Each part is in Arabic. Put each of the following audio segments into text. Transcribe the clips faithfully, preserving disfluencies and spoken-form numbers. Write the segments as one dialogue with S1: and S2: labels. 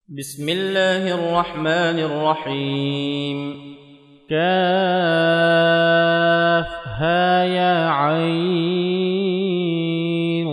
S1: بسم الله الرحمن الرحيم. كافها يا عين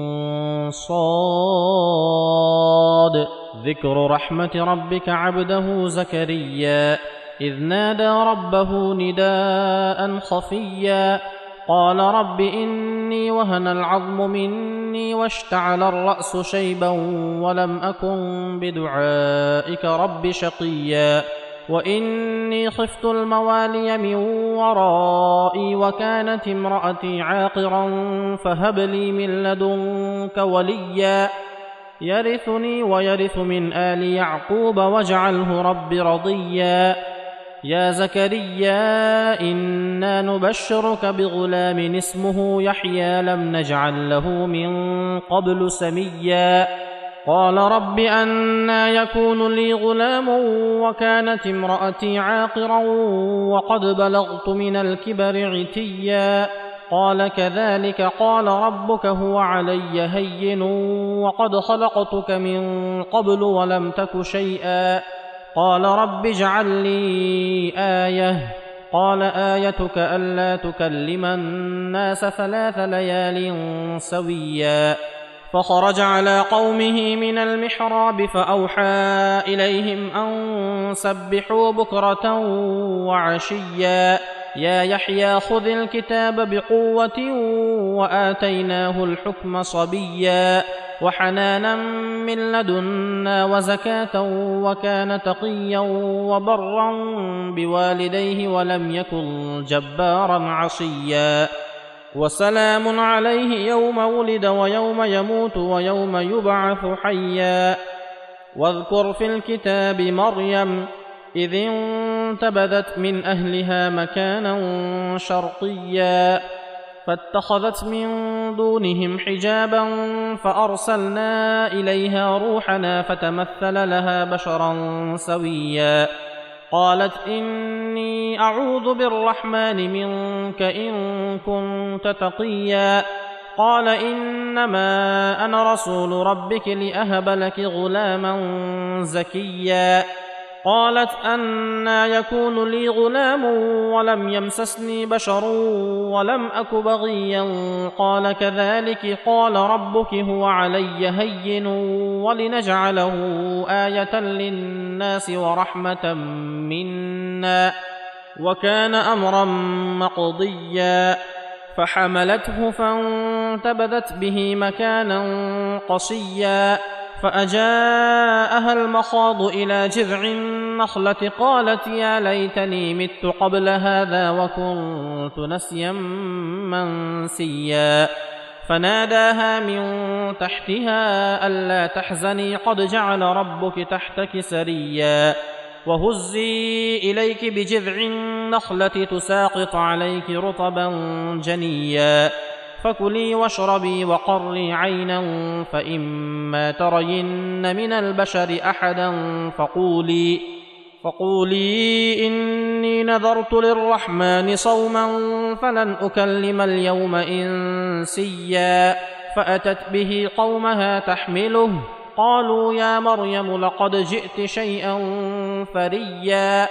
S1: صاد. ذكر رحمة ربك عبده زكريا إذ نادى ربه نداء خفيا قال رب إني وهن العظم مني واشتعل الرأس شيبا ولم أكن بدعائك رب شقيا وإني خفت الموالي من ورائي وكانت امرأتي عاقرا فهب لي من لدنك وليا يرثني ويرث من آل يعقوب واجعله رب رضيا. يا زكريا إنا نبشرك بغلام اسمه يحيى لم نجعل له من قبل سميا قال رب أنى يكون لي غلام وكانت امرأتي عاقرا وقد بلغت من الكبر عتيا قال كذلك قال ربك هو علي هين وقد خلقتك من قبل ولم تك شيئا قال رب اجعل لي آية قال آيتك ألا تكلم الناس ثلاث ليال سويا فخرج على قومه من المحراب فأوحى إليهم أن سبحوا بكرة وعشيا يا يحيى خذ الكتاب بقوة وآتيناه الحكم صبيا وحنانا من لدنا وزكاة وكان تقيا وبرا بوالديه ولم يكن جبارا عصيا وسلام عليه يوم ولد ويوم يموت ويوم يبعث حيا واذكر في الكتاب مريم إذ انتبذت من أهلها مكانا شرقيا فاتخذت من دونهم حجابا فأرسلنا إليها روحنا فتمثل لها بشرا سويا قالت إني أعوذ بالرحمن منك إن كنت تقيا قال إنما أنا رسول ربك لأهب لك غلاما زكيا قالت أنى يكون لي غلام ولم يمسسني بشر ولم أك بغيا قال كذلك قال ربك هو علي هين ولنجعله آية للناس ورحمة منا وكان أمرا مقضيا فحملته فانتبذت به مكانا قصيا فأجاءها المخاض إلى جذع النخلة قالت يا ليتني مت قبل هذا وكنت نسيا منسيا فناداها من تحتها ألا تحزني قد جعل ربك تحتك سريا وهزي إليك بجذع النخلة تساقط عليك رطبا جنيا فكلي واشربي وقري عينا فإما ترين من البشر أحدا فقولي فقولي إني نذرت للرحمن صوما فلن أكلم اليوم إنسيا فأتت به قومها تحمله قالوا يا مريم لقد جئت شيئا فريا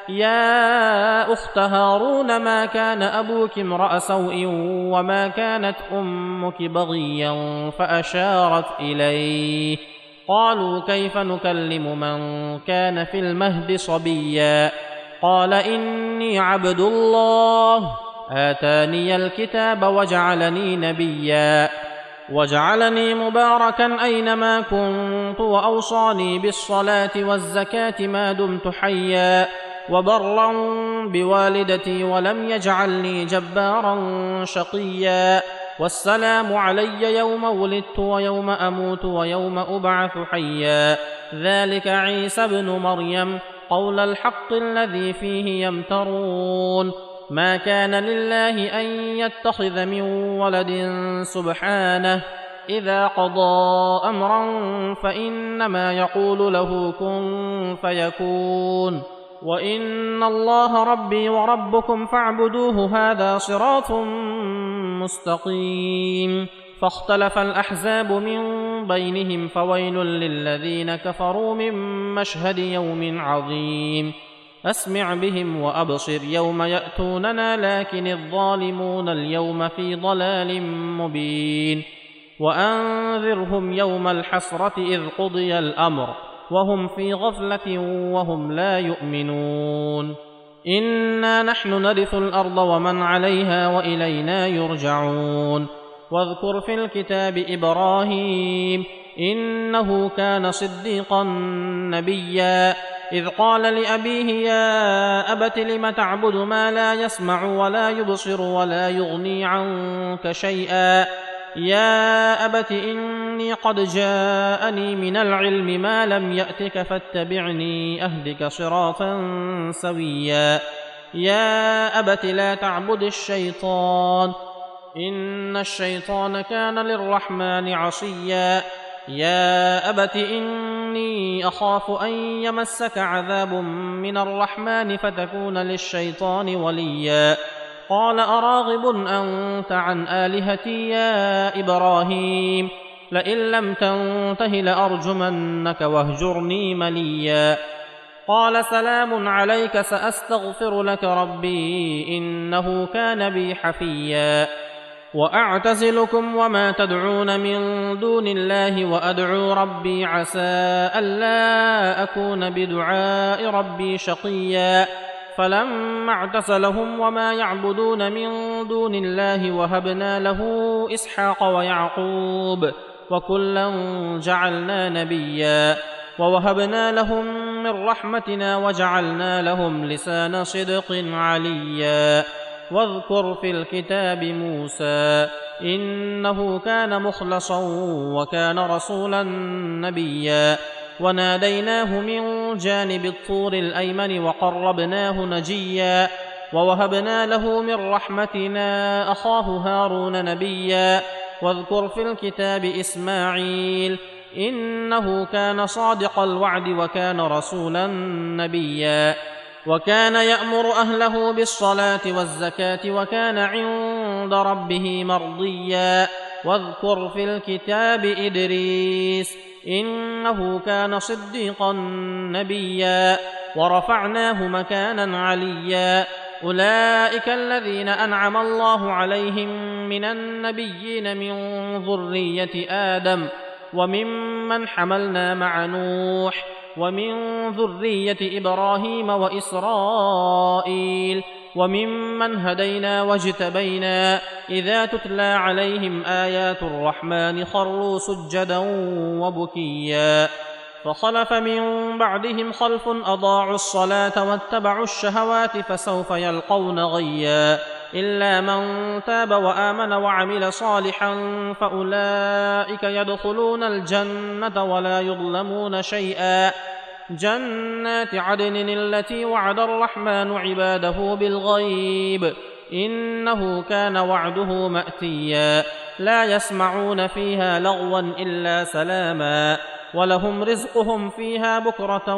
S1: يا أخت هارون ما كان أبوك امرأ سوء وما كانت أمك بغيا فأشارت إليه قالوا كيف نكلم من كان في المهد صبيا قال إني عبد الله آتاني الكتاب وجعلني نبيا وجعلني مباركا أينما كنت وأوصاني بالصلاة والزكاة ما دمت حيا وبرا بوالدتي ولم يجعلني جبارا شقيا والسلام علي يوم ولدت ويوم أموت ويوم أبعث حيا ذلك عيسى ابن مريم قول الحق الذي فيه يمترون ما كان لله أن يتخذ من ولد سبحانه إذا قضى أمرا فإنما يقول له كن فيكون وإن الله ربي وربكم فاعبدوه هذا صراط مستقيم فاختلف الأحزاب من بينهم فويل للذين كفروا من مشهد يوم عظيم أسمع بهم وأبصر يوم يأتوننا لكن الظالمون اليوم في ضلال مبين وأنذرهم يوم الحسرة إذ قضي الأمر وهم في غفلة وهم لا يؤمنون إنا نحن نرث الأرض ومن عليها وإلينا يرجعون واذكر في الكتاب إبراهيم إنه كان صديقا نبيا إذ قال لأبيه يا أبت لم تعبد ما لا يسمع ولا يبصر ولا يغني عنك شيئا يا أبت إني قد جاءني من العلم ما لم يأتك فاتبعني أهدك صراطا سويا يا أبت لا تعبد الشيطان إن الشيطان كان للرحمن عصيا يا أبت إني أخاف أن يمسك عذاب من الرحمن فتكون للشيطان وليا قال أراغب أنت عن آلهتي يا إبراهيم لئن لم تنته لأرجمنك واهجرني مليا قال سلام عليك سأستغفر لك ربي إنه كان بي حفيا وأعتزلكم وما تدعون من دون الله وأدعو ربي عسى ألا أكون بدعاء ربي شقيا فلما اعتزلهم وما يعبدون من دون الله وهبنا له إسحاق ويعقوب وكلا جعلنا نبيا ووهبنا لهم من رحمتنا وجعلنا لهم لسان صدق عليا واذكر في الكتاب موسى إنه كان مخلصا وكان رسولا نبيا وناديناه من جانب الطور الأيمن وقربناه نجيا ووهبنا له من رحمتنا أخاه هارون نبيا واذكر في الكتاب إسماعيل إنه كان صادق الوعد وكان رسولا نبيا وكان يأمر أهله بالصلاة والزكاة وكان عند ربه مرضيا واذكر في الكتاب إدريس إنه كان صديقا نبيا ورفعناه مكانا عليا أولئك الذين أنعم الله عليهم من النبيين من ذرية آدم وممن حملنا مع نوح ومن ذرية إبراهيم وإسرائيل وممن هدينا واجتبينا إذا تتلى عليهم آيات الرحمن خروا سجدا وبكيا فخلف من بعدهم خلف أضاعوا الصلاة واتبعوا الشهوات فسوف يلقون غيا إلا من تاب وآمن وعمل صالحا فأولئك يدخلون الجنة ولا يظلمون شيئا جنات عدن التي وعد الرحمن عباده بالغيب إنه كان وعده مأتيا لا يسمعون فيها لغوا إلا سلاما ولهم رزقهم فيها بكرة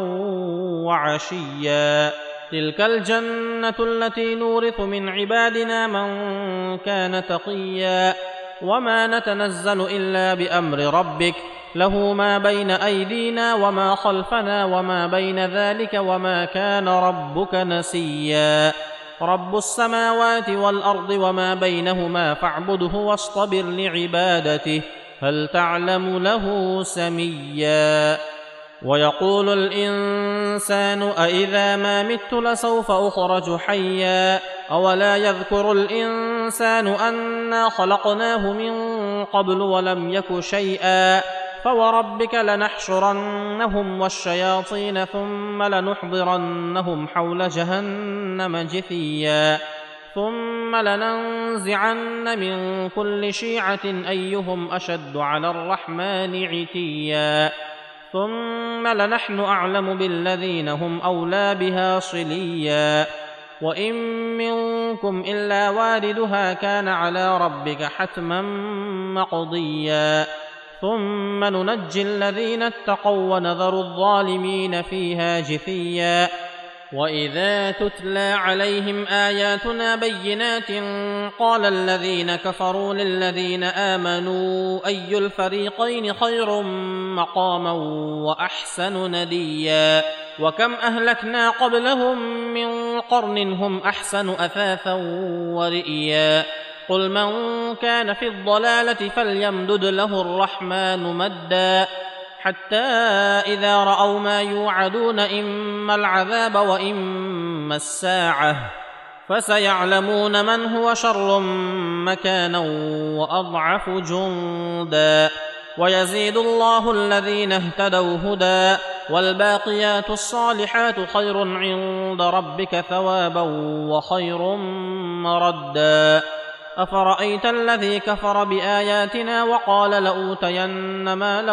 S1: وعشيا تلك الجنة التي نورث من عبادنا من كان تقيا وما نتنزل إلا بأمر ربك له ما بين أيدينا وما خلفنا وما بين ذلك وما كان ربك نسيا رب السماوات والأرض وما بينهما فاعبده واصطبر لعبادته هل تعلم له سميا ويقول الإنسان أإذا ما مت لسوف أخرج حيا أولا يذكر الإنسان أنا خلقناه من قبل ولم يك شيئا فوربك لنحشرنهم والشياطين ثم لنحضرنهم حول جهنم جثيا ثم لننزعن من كل شيعة أيهم أشد على الرحمن عتيا ثم لنحن أعلم بالذين هم أولى بها صليا وإن منكم إلا واردها كان على ربك حتما مقضيا ثم ننجي الذين اتقوا ونذر الظالمين فيها جثيا وإذا تتلى عليهم آياتنا بينات قال الذين كفروا للذين آمنوا أي الفريقين خير مقاما وأحسن نديا وكم أهلكنا قبلهم من قرن هم أحسن أثاثا ورئيا قل من كان في الضلالة فليمدد له الرحمن مدا حتى إذا رأوا ما يوعدون إما العذاب وإما الساعة فسيعلمون من هو شر مكانا وأضعف جندا ويزيد الله الذين اهتدوا هدى والباقيات الصالحات خير عند ربك ثوابا وخير مردا أفرأيت الذي كفر بآياتنا وقال لأوتين مالا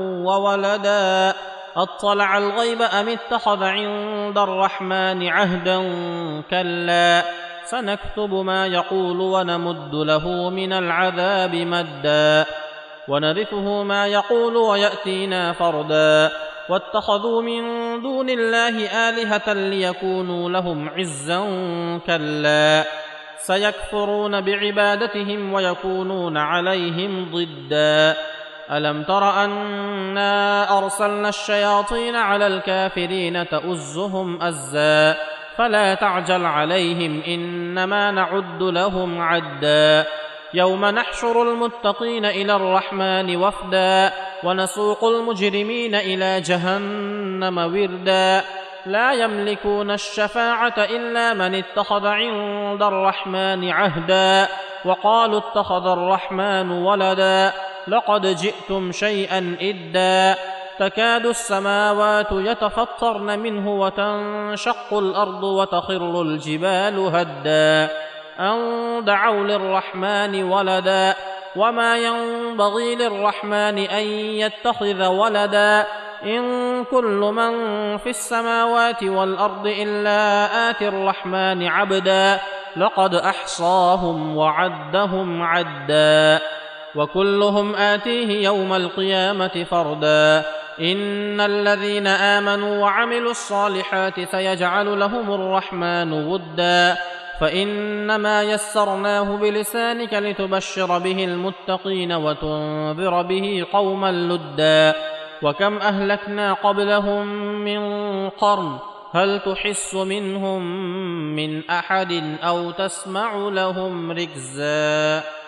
S1: وولدا أطلع الغيب أم اتخذ عند الرحمن عهدا كلا سنكتب ما يقول ونمد له من العذاب مدا ونرثه ما يقول ويأتينا فردا واتخذوا من دون الله آلهة ليكونوا لهم عزا كلا سيكفرون بعبادتهم ويكونون عليهم ضدا ألم تر أنا أرسلنا الشياطين على الكافرين تؤزهم أزا فلا تعجل عليهم إنما نعد لهم عدا يوم نحشر المتقين إلى الرحمن وفدا ونسوق المجرمين إلى جهنم وردا لا يملكون الشفاعة إلا من اتخذ عند الرحمن عهدا وقالوا اتخذ الرحمن ولدا لقد جئتم شيئا إدا تكاد السماوات يتفطرن منه وتنشق الأرض وتخر الجبال هدا أن دعوا للرحمن ولدا وما ينبغي للرحمن أن يتخذ ولدا إن كل من في السماوات والأرض إلا آتي الرحمن عبدا لقد أحصاهم وعدهم عدا وكلهم آتيه يوم القيامة فردا إن الذين آمنوا وعملوا الصالحات سيجعل لهم الرحمن ودا فإنما يسرناه بلسانك لتبشر به المتقين وتنذر به قوما لدا وكم أهلكنا قبلهم من قرن هل تحس منهم من أحد أو تسمع لهم ركزا